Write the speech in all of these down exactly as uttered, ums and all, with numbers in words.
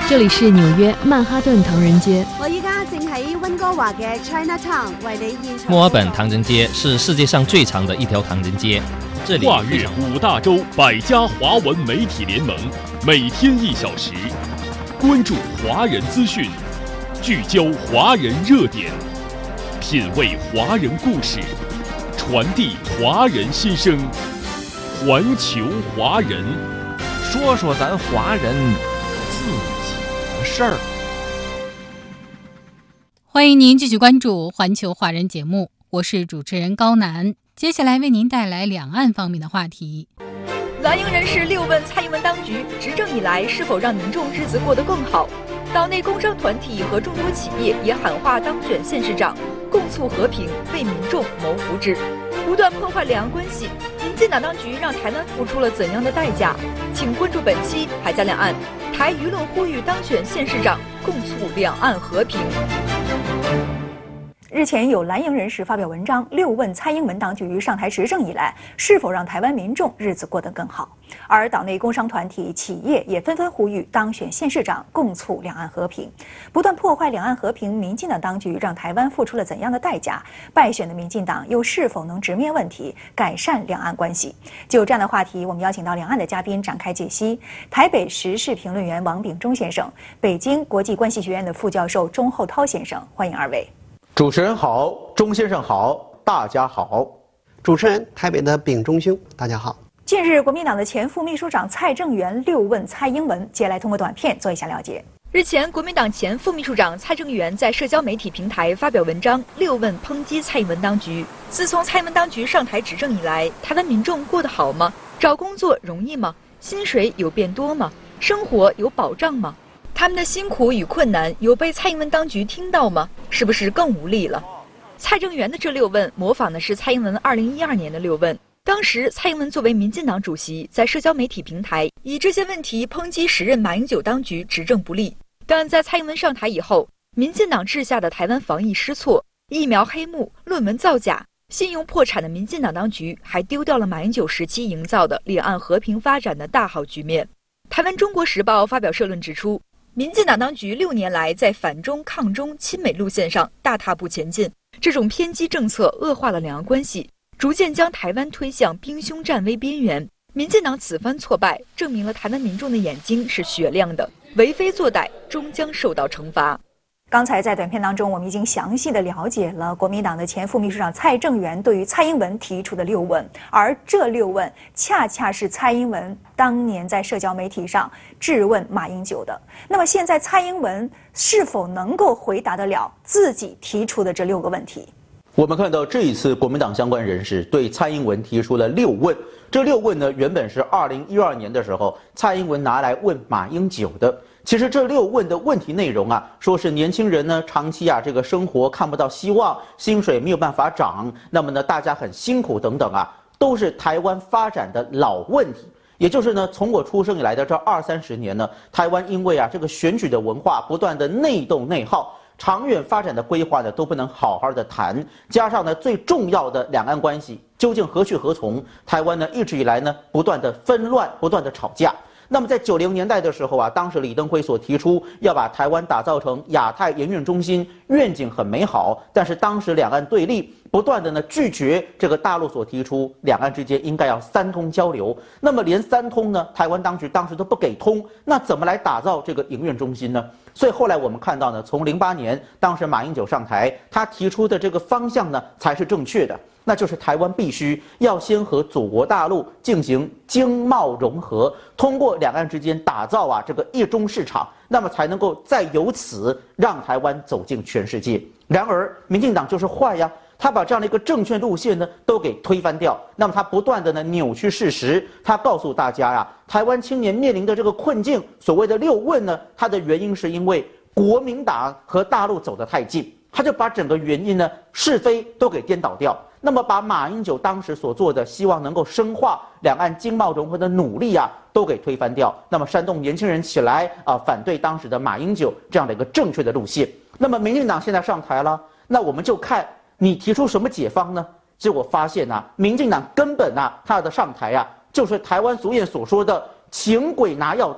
这里是纽约曼哈顿唐人街。 我依家正喺温哥華嘅 Chinatown 為你現場。 墨爾本唐人街是世界上最長的一條唐人街，這裡跨越五大洲百家華文媒體聯盟，每天一小時，關注華人資訊，聚焦華人熱點，品味華人故事，傳遞華人心聲，環球華人， 說說咱華人自己的事兒。 歡迎您繼續關注環球華人節目，我是主持人高楠。接下來為您帶來兩岸方面的話題。 藍營人士六問蔡英文當局執政以來是否讓民眾日子過得更好，黨內工商團體和眾多企業也喊話當選縣市長，共促和平，為民眾謀福祉。不斷破壞兩岸關係，民進黨當局讓台灣付出了怎樣的代價？請關注本期《海峽兩岸》，台輿論呼籲當選縣市長，共促兩岸和平。 日前有藍營人士發表文章，六問蔡英文當局上台執政以來是否讓台灣民眾日子過得更好，而黨內工商團體、企業也紛紛呼籲當選縣市長，共促兩岸和平。不斷破壞兩岸和平，民進黨當局讓台灣付出了怎樣的代價？敗選的民進黨又是否能直面問題，改善兩岸關係？就這樣的話題，我們邀請到兩岸的嘉賓展開解析。台北時事評論員王炳忠先生，北京國際關係學院的副教授鍾厚韜先生，歡迎二位。 主持人好，鍾先生好，大家好。 主持人，台北的炳忠兄，大家好。 近日，国民党的前副秘書长蔡正元六问蔡英文，接下来通过短片做一下了解。 日前，国民党前副秘书长蔡正元在社交媒体平台发表文章，六问抨击蔡英文当局。自从蔡英文当局上台执政以来，台湾民众过得好吗？找工作容易吗？薪水有变多吗？生活有保障吗？他们的辛苦与困難有被蔡英文當局聽到嗎？是不是更無力了？蔡正元的這六問模仿的是蔡英文二零一二年的六問，當時蔡英文作為民進黨主席，在社交媒體平台以這些問題抨擊時任馬英九當局執政不力。但在蔡英文上台以後，民進黨治下的台灣防疫失措、疫苗黑幕、論文造假、信用破產的民進黨當局，還丟掉了馬英九時期營造的兩岸和平發展的大好局面。台灣中國時報發表社論指出，民進黨當局六年來在反中、抗中、親美路線上大踏步前進，這種偏激政策惡化了兩岸關係，逐漸將台灣推向兵凶戰危邊緣。民進黨此番挫敗，證明了台灣民眾的眼睛是雪亮的，為非作歹終將受到懲罰。 剛才在短片當中，我們已經詳細的了解了國民黨的前副秘書長蔡正元對於蔡英文提出的六問，而這六問恰恰是蔡英文當年在社交媒體上質問馬英九的。那麼現在蔡英文是否能夠回答得了自己提出的這六個問題？ 我們看到這一次國民黨相關人士對蔡英文提出了六問，這六問呢原本是二零一二年的時候蔡英文拿來問馬英九的。其實這六問的問題內容啊，說是年輕人呢長期啊這個生活看不到希望，薪水沒有辦法漲，那麼呢大家很辛苦等等啊，都是台灣發展的老問題。也就是呢從我出生以來的這二三十年呢，台灣因為啊這個選舉的文化不斷的內鬥內耗，長遠發展的規劃呢都不能好好的談，加上呢最重要的兩岸關係究竟何去何從，台灣呢一直以來呢不斷的紛亂，不斷的吵架。那麼在九零年代的時候啊，當時李登輝所提出要把台灣打造成亞太研運中心，願景很美好，但是當時兩岸對立，不斷的呢拒絕這個大陸所提出兩岸之間應該要三通交流。那麼連三通呢，台灣當局當時都不給通，那怎麼來打造這個營運中心呢？所以後來我們看到呢，從零八年當時馬英九上台，他提出的這個方向呢才是正確的，那就是台灣必須要先和祖國大陸進行經貿融合，通過兩岸之間打造啊這個一中市場，那麼才能夠再由此讓台灣走進全世界。然而民進黨就是壞呀，他把這樣的一個正確路線呢都給推翻掉，那麼他不斷的呢扭曲事實，他告訴大家呀、啊，台灣青年面臨的這個困境，所謂的六問呢，它的原因是因為國民黨和大陸走得太近，他就把整個原因呢是非都給顛倒掉。那麼把馬英九當時所做的希望能夠深化兩岸經貿融合的努力啊，都給推翻掉。那麼煽動年輕人起來啊、呃，反對當時的馬英九這樣的一個正確的路線。那麼民進黨現在上台了，那我們就看你提出什麼解方呢？結果發現啊，民進黨根本啊，他的上台啊，就是台灣俗諺所說的請鬼拿藥單呢、啊。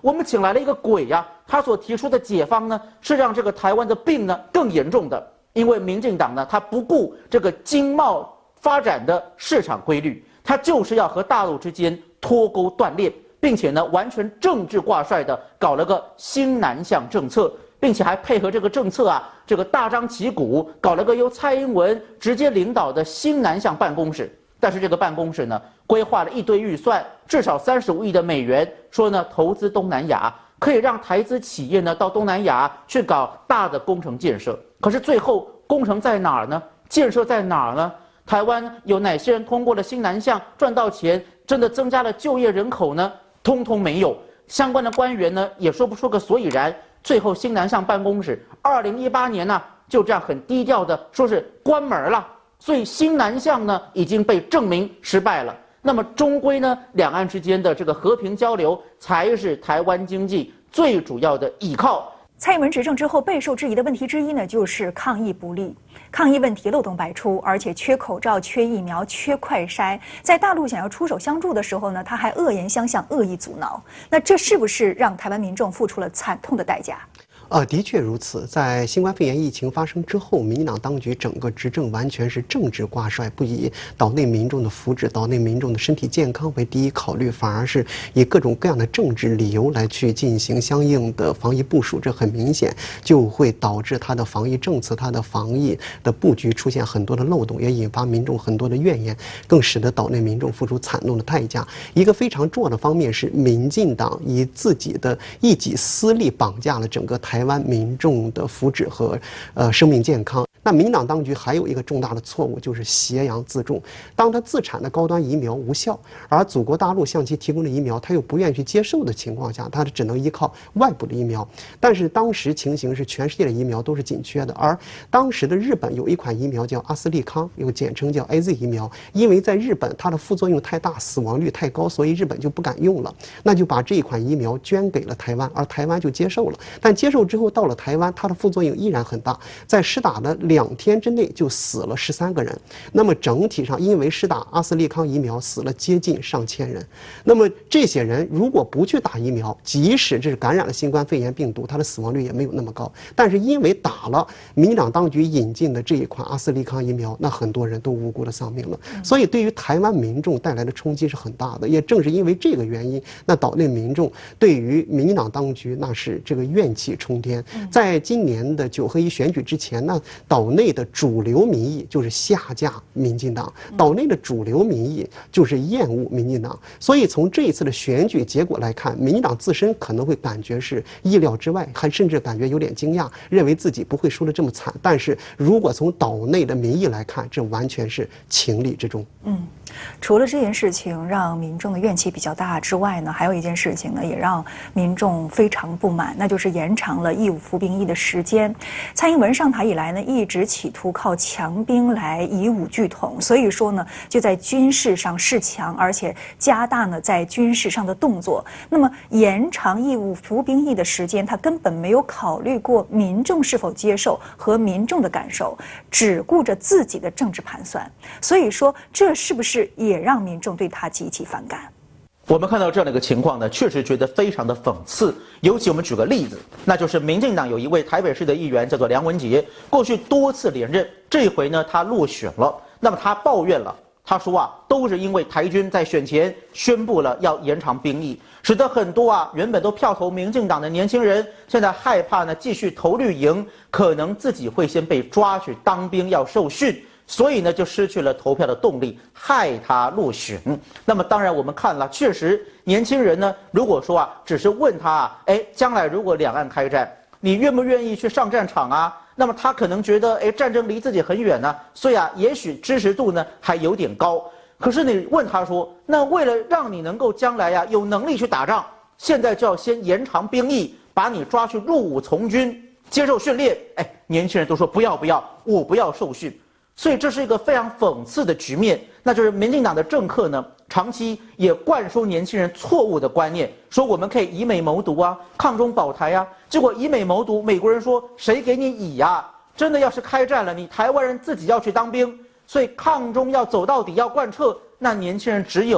我们请来了一个鬼呀、啊，他所提出的解方呢，是让这个台湾的病呢更严重的。因为民进党呢，他不顾这个经贸发展的市场规律，他就是要和大陆之间脱钩断裂，并且呢，完全政治挂帅的搞了个新南向政策，并且还配合这个政策啊，这个大张旗鼓搞了个由蔡英文直接领导的新南向办公室。但是这个办公室呢，规划了一堆预算，至少三十五亿的美元，说呢投资东南亚，可以让台资企业呢到东南亚去搞大的工程建设。可是最后工程在哪儿呢？建设在哪儿呢？台湾有哪些人通过了新南向赚到钱，真的增加了就业人口呢？通通没有。相关的官员呢也说不出个所以然。最后新南向办公室二零一八年呢、啊、就这样很低调的说是关门了。所以新南向呢已经被证明失败了。那么终归呢，两岸之间的这个和平交流才是台湾经济最主要的依靠。 蔡英文执政之后备受质疑的问题之一呢，就是抗疫不力。抗疫问题漏洞百出，而且缺口罩、缺疫苗、缺快筛。在大陆想要出手相助的时候呢，他还恶言相向、恶意阻挠。那这是不是让台湾民众付出了惨痛的代价？ 呃，的确如此。在新冠肺炎疫情发生之后，民进党当局整个执政完全是政治挂帅，不以岛内民众的福祉、岛内民众的身体健康为第一考虑，反而是以各种各样的政治理由来去进行相应的防疫部署。这很明显就会导致他的防疫政策、他的防疫的布局出现很多的漏洞，也引发民众很多的怨言，更使得岛内民众付出惨痛的代价。一个非常重要的方面是，民进党以自己的一己私利绑架了整个台湾。台湾民众的福祉和呃生命健康。那民进党当局还有一个重大的错误，就是挟洋自重。当他自产的高端疫苗无效，而祖国大陆向其提供的疫苗他又不愿意去接受的情况下，他只能依靠外部的疫苗。但是当时情形是全世界的疫苗都是紧缺的，而当时的日本有一款疫苗叫阿斯利康，又简称叫 A Z 疫苗，因为在日本它的副作用太大，死亡率太高，所以日本就不敢用了，那就把这一款疫苗捐给了台湾，而台湾就接受了。但接受之后到了台湾，它的副作用依然很大，在施打的两天之内就死了十三个人。那么整体上因为施打阿斯利康疫苗死了接近上千人。那么这些人如果不去打疫苗，即使这是感染了新冠肺炎病毒，它的死亡率也没有那么高。但是因为打了民进党当局引进的这一款阿斯利康疫苗，那很多人都无辜的丧命了。所以对于台湾民众带来的冲击是很大的。也正是因为这个原因，那岛内民众对于民进党当局那是这个怨气冲天。在今年的九合一选举之前，那岛内的主流民意就是下架民进党，岛内的主流民意就是厌恶民进党。所以从这一次的选举结果来看，民进党自身可能会感觉是意料之外，还甚至感觉有点惊讶，认为自己不会输得这么惨。但是如果从岛内的民意来看，这完全是情理之中。嗯， 除了这件事情让民众的怨气比较大之外呢，还有一件事情呢，也让民众非常不满，那就是延长了义务服兵役的时间。蔡英文上台以来呢，一直企图靠强兵来以武拒统，所以说呢，就在军事上示强，而且加大呢在军事上的动作。那么延长义务服兵役的时间，他根本没有考虑过民众是否接受和民众的感受，只顾着自己的政治盘算。所以说，这是不是也让民众对他极其反感？ 我们看到这样的一个情况呢，确实觉得非常的讽刺。尤其我们举个例子，那就是民进党有一位台北市的议员叫做梁文杰，过去多次连任，这一回呢他落选了。那么他抱怨了，他说啊，都是因为台军在选前宣布了要延长兵役，使得很多啊原本都票投民进党的年轻人，现在害怕呢继续投绿营，可能自己会先被抓去当兵要受训。所以呢，就失去了投票的动力，害他落选。那么当然，我们看了，确实年轻人呢，如果说啊，只是问他啊，哎，将来如果两岸开战，你愿不愿意去上战场啊？那么他可能觉得，哎，战争离自己很远呢，所以啊，也许支持度呢还有点高。可是你问他说，那为了让你能够将来呀、啊、有能力去打仗，现在就要先延长兵役，把你抓去入伍从军，接受训练。哎，年轻人都说不要不要，我不要受训。所以这是一个非常讽刺的局面，那就是民进党的政客呢，长期也灌输年轻人错误的观念，说我们可以以美谋独啊，抗中保台啊。结果以美谋独，美国人说谁给你以呀？真的要是开战了，你台湾人自己要去当兵，所以抗中要走到底，要贯彻，那年轻人只有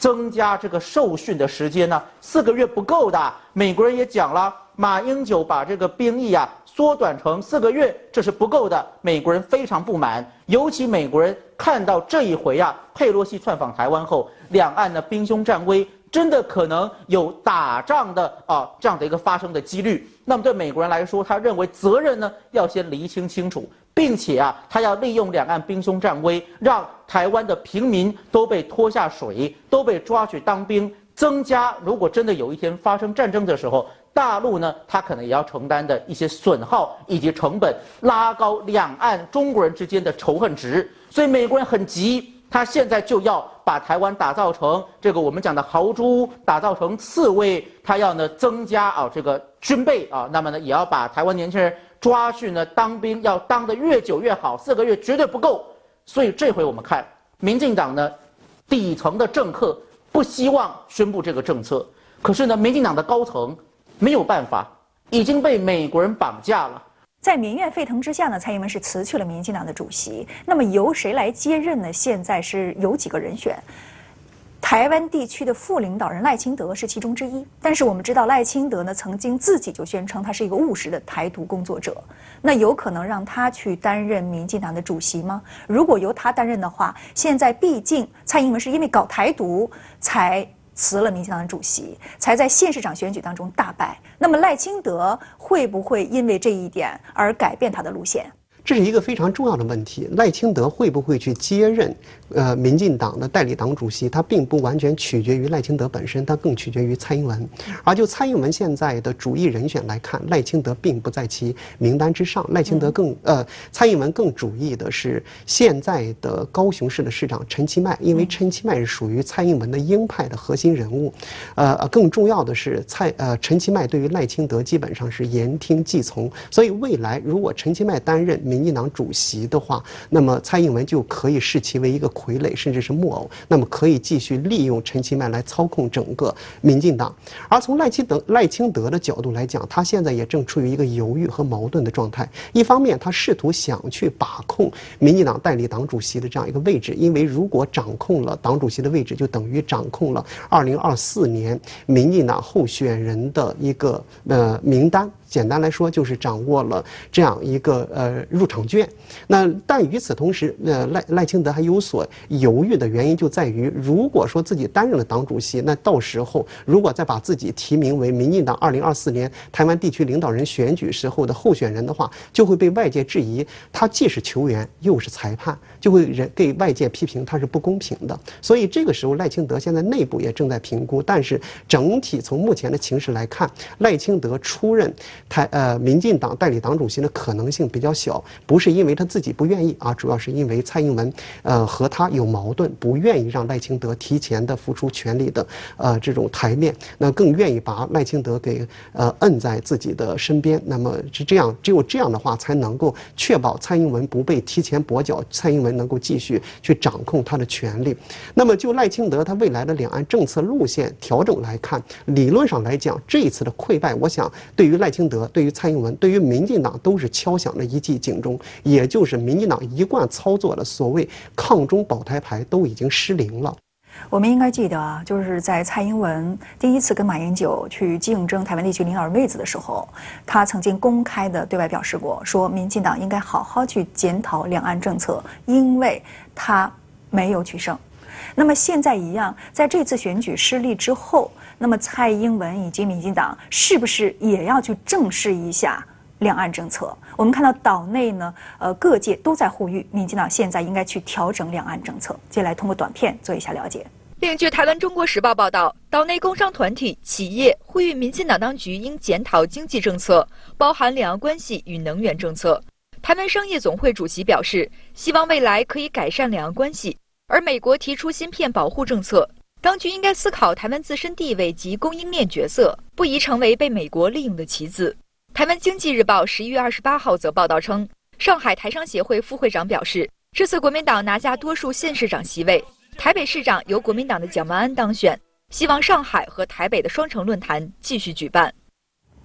增加这个受训的时间呢？四个月不够的，美国人也讲了，马英九把这个兵役啊缩短成四个月，这是不够的。美国人非常不满，尤其美国人看到这一回啊，佩洛西窜访台湾后，两岸呢兵凶战危，真的可能有打仗的啊这样的一个发生的几率。那么对美国人来说，他认为责任呢要先厘清清楚，并且啊，他要利用两岸兵凶战危，让台湾的平民都被拖下水，都被抓去当兵，增加如果真的有一天发生战争的时候，大陆呢，他可能也要承担的一些损耗以及成本，拉高两岸中国人之间的仇恨值。所以美国人很急，他现在就要把台湾打造成这个我们讲的豪猪，打造成刺猬，他要呢增加啊这个军备啊，那么呢也要把台湾年轻人抓去呢当兵，要当得越久越好，四个月绝对不够。所以这回我们看，民进党呢底层的政客不希望宣布这个政策，可是呢，民进党的高层没有办法，已经被美国人绑架了。 在民怨沸腾之下呢，蔡英文是辞去了民进党的主席。那么由谁来接任呢？现在是有几个人选。台湾地区的副领导人赖清德是其中之一，但是我们知道赖清德呢曾经自己就宣称他是一个务实的台独工作者，那有可能让他去担任民进党的主席吗？如果由他担任的话，现在毕竟蔡英文是因为搞台独才辞了民进党的主席，才在县市长选举当中大败，那么赖清德会不会因为这一点而改变他的路线？ 这是一个非常重要的问题。赖清德会不会去接任呃民进党的代理党主席，它并不完全取决于赖清德本身，它更取决于蔡英文。而就蔡英文现在的主意人选来看，赖清德并不在其名单之上。赖清德更呃，蔡英文更主意的是现在的高雄市的市长陈其迈，因为陈其迈是属于蔡英文的鹰派的核心人物。呃，更重要的是蔡呃陈其迈对于赖清德基本上是言听计从，所以未来如果陈其迈担任民进党主席的话，那么蔡英文就可以视其为一个傀儡，甚至是木偶，那么可以继续利用陈其迈来操控整个民进党。而从赖清德赖清德的角度来讲，他现在也正处于一个犹豫和矛盾的状态。一方面，他试图想去把控民进党代理党主席的这样一个位置，因为如果掌控了党主席的位置，就等于掌控了二零二四年民进党候选人的一个呃名单。简单来说，就是掌握了这样一个呃入场券。那但与此同时，呃赖赖清德还有所犹豫的原因就在于，如果说自己担任了党主席，那到时候如果再把自己提名为民进党二零二四年台湾地区领导人选举时候的候选人的话，就会被外界质疑他既是球员又是裁判，就会人给外界批评他是不公平的。所以这个时候赖清德现在内部也正在评估，但是整体从目前的情势来看，赖清德出任台呃民进党代理党主席的可能性比较小，不是因为他自己不愿意啊，主要是因为蔡英文呃和他有矛盾，不愿意让赖清德提前的付出权力的呃这种台面，那更愿意把赖清德给呃摁在自己的身边。那么是这样，只有这样的话才能够确保蔡英文不被提前跛脚，蔡英文能够继续去掌控他的权力。那么就赖清德他未来的两岸政策路线调整来看，理论上来讲，这一次的溃败，我想对于赖清德、对于蔡英文、对于民进党都是敲响了一记警钟，也就是民进党一贯操作的所谓抗中保台牌都已经失灵了。 我们应该记得啊，就是在蔡英文第一次跟马英九去竞争台湾地区领导人位子的时候，他曾经公开的对外表示过，说民进党应该好好去检讨两岸政策，因为他没有取胜。那么现在一样，在这次选举失利之后，那么蔡英文以及民进党是不是也要去正视一下两岸政策？我们看到岛内呢，呃，各界都在呼吁民进党现在应该去调整两岸政策。接下来通过短片做一下了解。 另据台湾《中国时报》报道，岛内工商团体、企业呼吁民进党当局应检讨经济政策，包含两岸关系与能源政策。台湾商业总会主席表示，希望未来可以改善两岸关系。而美国提出芯片保护政策，当局应该思考台湾自身地位及供应链角色，不宜成为被美国利用的棋子。台湾经济日报十一月二十八号则报道称，上海台商协会副会长表示，这次国民党拿下多数县市长席位，台北市长由国民党的蒋万安当选，希望上海和台北的双城论坛继续举办。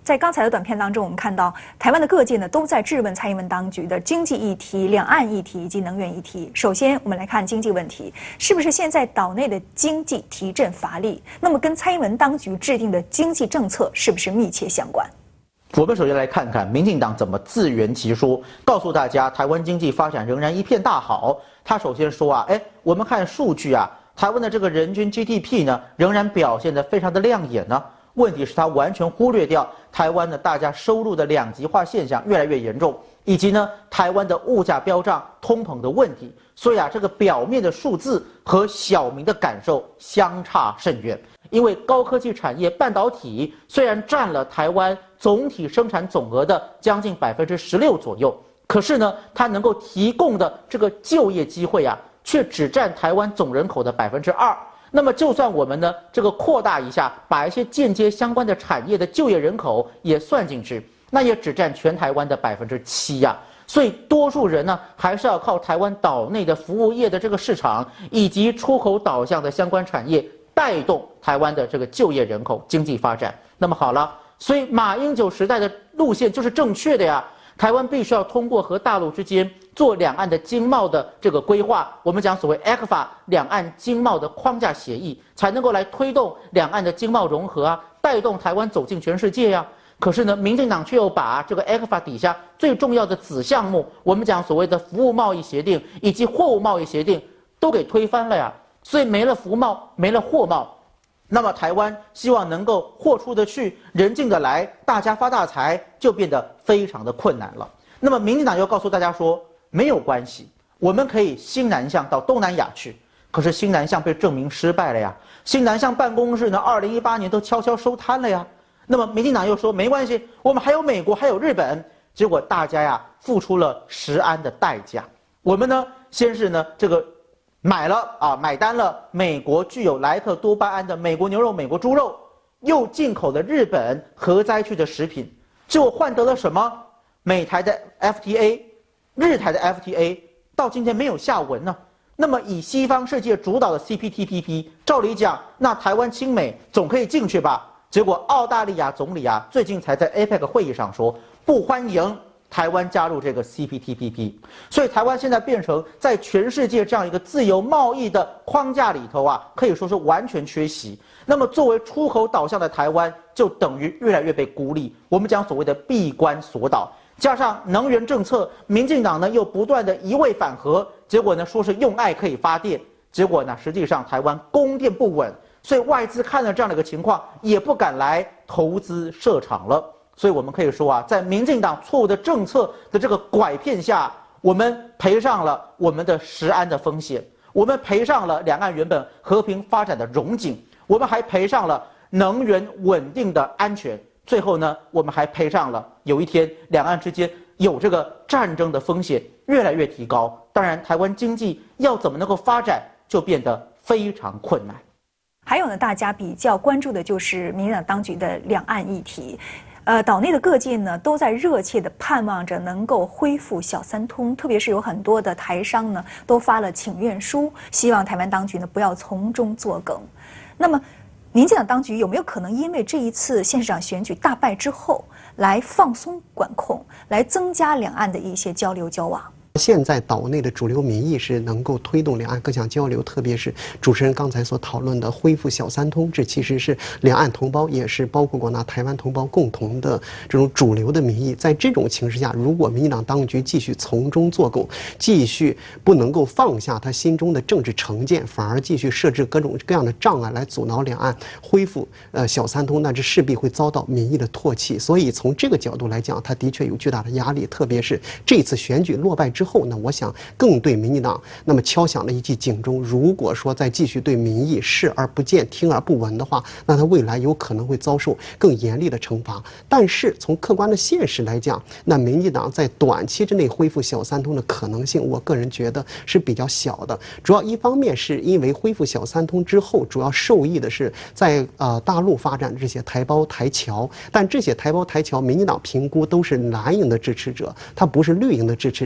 在刚才的短片当中，我们看到台湾的各界呢都在质问蔡英文当局的经济议题、两岸议题以及能源议题。首先，我们来看经济问题，是不是现在岛内的经济提振乏力？那么跟蔡英文当局制定的经济政策是不是密切相关？ 我们首先来看看民进党怎么自圆其说，告诉大家台湾经济发展仍然一片大好。他首先说啊，哎，我们看数据啊，台湾的这个人均 G D P 呢，仍然表现得非常的亮眼呢。问题是他完全忽略掉台湾的大家收入的两极化现象越来越严重，以及呢台湾的物价飙涨、通膨的问题。所以啊，这个表面的数字和小民的感受相差甚远。因为高科技产业半导体虽然占了台湾总体生产总额的将近百分之十六左右，可是呢，它能够提供的这个就业机会啊，却只占台湾总人口的百分之二。那么，就算我们呢这个扩大一下，把一些间接相关的产业的就业人口也算进去，那也只占全台湾的百分之七呀。所以，多数人呢还是要靠台湾岛内的服务业的这个市场，以及出口导向的相关产业，带动台湾的这个就业人口经济发展。那么好了，所以马英九时代的路线就是正确的呀。台湾必须要通过和大陆之间做两岸的经贸的这个规划，我们讲所谓 E C F A 两岸经贸的框架协议，才能够来推动两岸的经贸融合啊，带动台湾走进全世界呀。可是呢，民进党却又把这个 E C F A 底下最重要的子项目，我们讲所谓的服务贸易协定以及货物贸易协定都给推翻了呀。所以没了服贸，没了货贸。那么台湾希望能够货出得去，人进得来，大家发大财，就变得非常的困难了。那么民进党又告诉大家说，没有关系，我们可以新南向到东南亚去。可是新南向被证明失败了呀，新南向办公室呢，二零一八年都悄悄收摊了呀。那么民进党又说没关系，我们还有美国，还有日本。结果大家呀付出了食安的代价。我们呢，先是呢这个。买了啊，买单了美国具有莱克多巴胺的美国牛肉、美国猪肉，又进口了日本核灾区的食品，结果换得了什么？美台的 F T A， 日台的 F T A 到今天没有下文呢。那么以西方世界主导的 C P T P P， 照理讲，那台湾亲美总可以进去吧？结果澳大利亚总理啊，最近才在 A P E C 会议上说不欢迎台湾加入这个 C P T P P， 所以台湾现在变成在全世界这样一个自由贸易的框架里头啊，可以说是完全缺席。那么作为出口导向的台湾，就等于越来越被孤立。我们讲所谓的闭关锁岛，加上能源政策，民进党呢又不断的一味反核，结果呢说是用爱可以发电，结果呢实际上台湾供电不稳，所以外资看了这样的一个情况，也不敢来投资设厂了。所以我们可以说啊，在民进党错误的政策的这个拐骗下，我们赔上了我们的食安的风险，我们赔上了两岸原本和平发展的荣景，我们还赔上了能源稳定的安全，最后呢，我们还赔上了有一天两岸之间有这个战争的风险越来越提高。当然，台湾经济要怎么能够发展，就变得非常困难。 还有呢，大家比较关注的就是民进党当局的两岸议题。呃，岛内的各界呢都在热切地盼望着能够恢复小三通，特别是有很多的台商呢都发了请愿书，希望台湾当局呢不要从中作梗。那么，民进党当局有没有可能因为这一次县市长选举大败之后，来放松管控，来增加两岸的一些交流交往？ 现在岛内的主流民意是能够推动两岸各项交流，特别是主持人刚才所讨论的恢复小三通，这其实是两岸同胞，也是包括广大台湾同胞共同的这种主流的民意。在这种情势下，如果民进党当局继续从中作梗，继续不能够放下他心中的政治成见，反而继续设置各种各样的障碍来阻挠两岸恢复呃小三通，那这势必会遭到民意的唾弃。所以从这个角度来讲，他的确有巨大的压力，特别是这次选举落败之后。后呢，我想更对民进党那么敲响了一记警钟。如果说再继续对民意视而不见、听而不闻的话，那他未来有可能会遭受更严厉的惩罚。但是从客观的现实来讲，那民进党在短期之内恢复小三通的可能性，我个人觉得是比较小的。主要一方面是因为恢复小三通之后，主要受益的是在呃大陆发展的这些台胞台侨，但这些台胞台侨，民进党评估都是蓝营的支持者，他不是绿营的支持者。那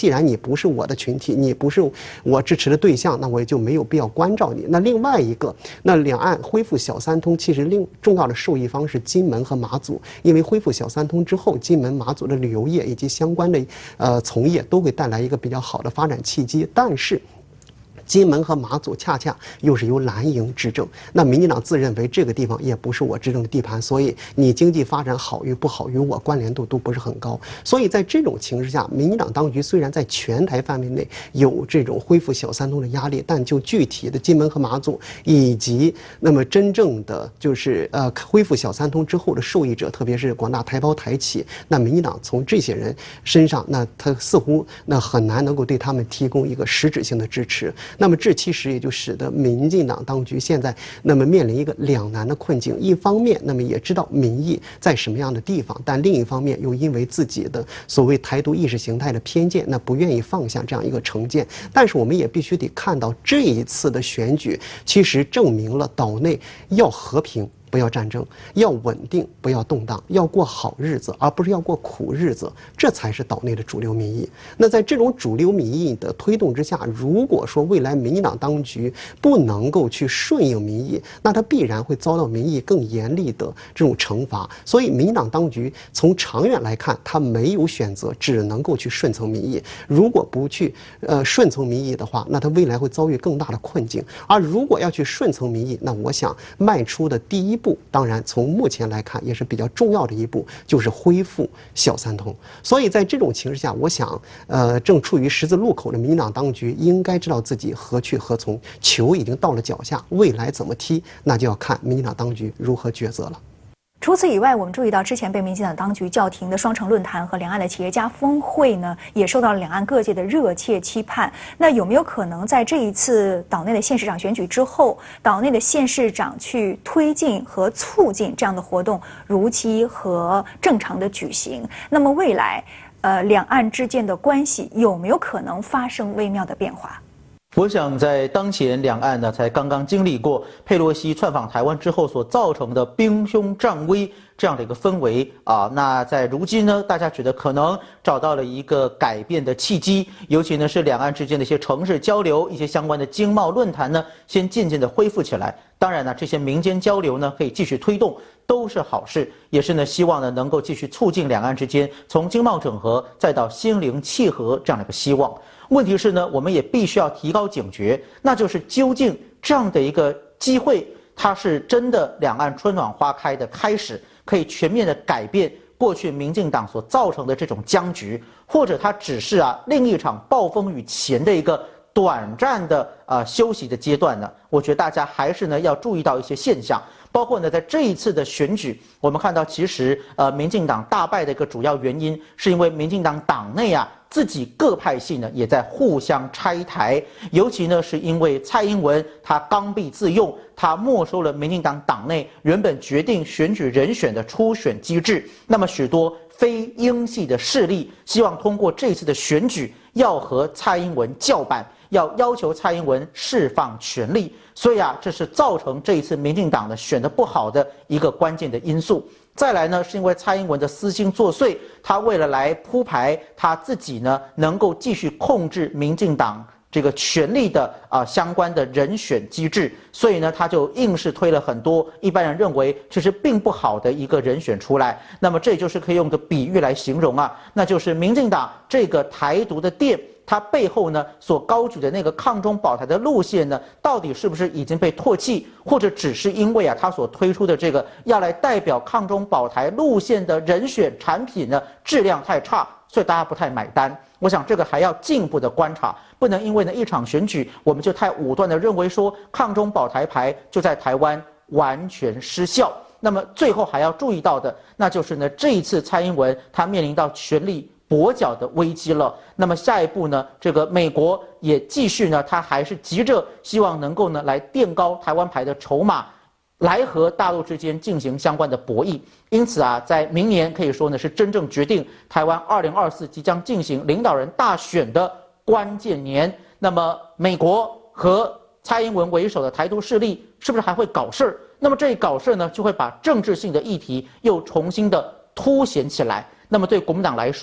既然你不是我的群体，你不是我支持的对象，那我也就没有必要关照你。那另外一个，那两岸恢复小三通，其实另重要的受益方是金门和马祖，因为恢复小三通之后，金门、马祖的旅游业以及相关的呃从业都会带来一个比较好的发展契机，但是。金门和马祖恰恰又是由蓝营执政，那民进党自认为这个地方也不是我执政的地盘，所以你经济发展好与不好与我关联度都不是很高。所以在这种情势下，民进党当局虽然在全台范围内有这种恢复小三通的压力，但就具体的金门和马祖以及那么真正的就是呃恢复小三通之后的受益者，特别是广大台胞台企，那民进党从这些人身上，那他似乎那很难能够对他们提供一个实质性的支持。那么这其实也就使得民进党当局现在那么面临一个两难的困境，一方面那么也知道民意在什么样的地方，但另一方面又因为自己的所谓台独意识形态的偏见，那不愿意放下这样一个成见。但是我们也必须得看到，这一次的选举其实证明了岛内要和平不要战争，要稳定不要动荡，要过好日子而不是要过苦日子，这才是岛内的主流民意。那在这种主流民意的推动之下，如果说未来民进党当局不能够去顺应民意，那它必然会遭到民意更严厉的这种惩罚。所以民进党当局从长远来看，它没有选择，只能够去顺从民意。如果不去呃顺从民意的话，那它未来会遭遇更大的困境。而如果要去顺从民意，那我想迈出的第一步，当然从目前来看也是比较重要的一步，就是恢复小三通。所以在这种情势下，我想呃正处于十字路口的民进党当局应该知道自己何去何从，球已经到了脚下，未来怎么踢，那就要看民进党当局如何抉择了。 除此以外，我们注意到之前被民进党当局叫停的双城论坛和两岸的企业家峰会呢，也受到了两岸各界的热切期盼。那有没有可能在这一次岛内的县市长选举之后，岛内的县市长去推进和促进这样的活动如期和正常的举行？那么未来，呃，两岸之间的关系有没有可能发生微妙的变化？ 我想，在当前两岸呢，才刚刚经历过佩洛西窜访台湾之后所造成的兵凶战危这样的一个氛围啊，那在如今呢，大家觉得可能找到了一个改变的契机，尤其呢是两岸之间的一些城市交流、一些相关的经贸论坛呢，先渐渐的恢复起来。当然呢，这些民间交流呢可以继续推动，都是好事，也是呢希望呢能够继续促进两岸之间从经贸整合再到心灵契合这样的一个希望。问题是呢，我们也必须要提高警觉，那就是究竟这样的一个机会，它是真的两岸春暖花开的开始，可以全面的改变过去民进党所造成的这种僵局，或者它只是啊另一场暴风雨前的一个短暂的呃休息的阶段呢？我觉得大家还是呢要注意到一些现象。包括呢，在这一次的选举，我们看到其实呃，民进党大败的一个主要原因，是因为民进党党内啊自己各派系呢也在互相拆台，尤其呢是因为蔡英文他刚愎自用，他没收了民进党党内原本决定选举人选的初选机制，那么许多非英系的势力希望通过这次的选举要和蔡英文叫板，要要求蔡英文释放权力，所以啊，这是造成这一次民进党的选得不好的一个关键的因素。再来呢，是因为蔡英文的私心作祟，他为了来铺排他自己呢能够继续控制民进党这个权力的啊、呃、相关的人选机制，所以呢，他就硬是推了很多一般人认为其实并不好的一个人选出来。那么这就是可以用个比喻来形容啊，那就是民进党这个台独的店，它背后呢所高举的那个抗中保台的路线呢，到底是不是已经被唾弃，或者只是因为啊他所推出的这个要来代表抗中保台路线的人选产品呢质量太差，所以大家不太买单。我想这个还要进一步的观察，不能因为呢一场选举我们就太武断的认为说抗中保台牌就在台湾完全失效。那么最后还要注意到的，那就是呢这一次蔡英文他面临到权力跛脚的危机了。那么下一步呢，这个美国也继续呢，他还是急着希望能够呢来垫高台湾牌的筹码，来和大陆之间进行相关的博弈。因此啊，在明年可以说呢是真正决定台湾二零二四即将进行领导人大选的关键年。那么美国和蔡英文为首的台独势力是不是还会搞事儿？那么这一搞事呢，就会把政治性的议题又重新的凸显起来。那么对国民党来说，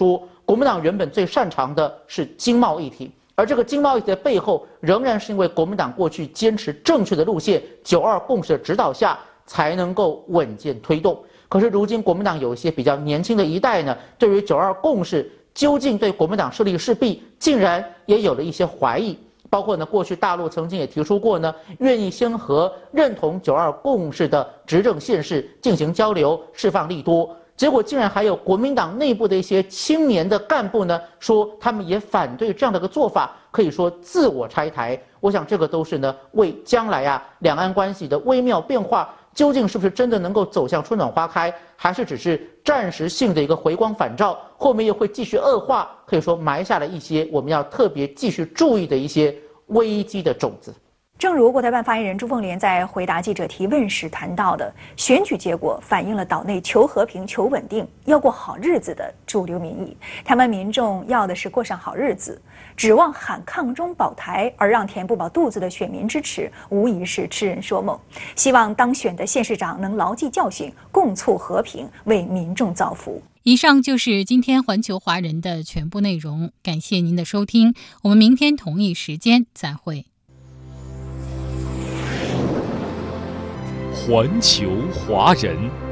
国民党原本最擅长的是经贸议题，而这个经贸议题的背后，仍然是因为国民党过去坚持正确的路线，九二共识的指导下，才能够稳健推动。可是如今国民党有一些比较年轻的一代呢，对于九二共识究竟对国民党势力势弊，竟然也有了一些怀疑。包括呢，过去大陆曾经也提出过呢，愿意先和认同九二共识的执政县市进行交流，释放利多。结果竟然还有国民党内部的一些青年的干部呢，说他们也反对这样的一个做法，可以说自我拆台。我想这个都是呢，为将来啊两岸关系的微妙变化，究竟是不是真的能够走向春暖花开，还是只是暂时性的一个回光返照，后面又会继续恶化，可以说埋下了一些我们要特别继续注意的一些危机的种子。 正如国台办发言人朱凤莲在回答记者提问时谈到的，选举结果反映了岛内求和平、求稳定、要过好日子的主流民意。台湾民众要的是过上好日子，指望喊抗中保台而让填不饱肚子的选民支持，无疑是痴人说梦。希望当选的县市长能牢记教训，共促和平，为民众造福。 以上就是今天环球华人的全部内容，感谢您的收听，我们明天同一时间再会。 环球华人。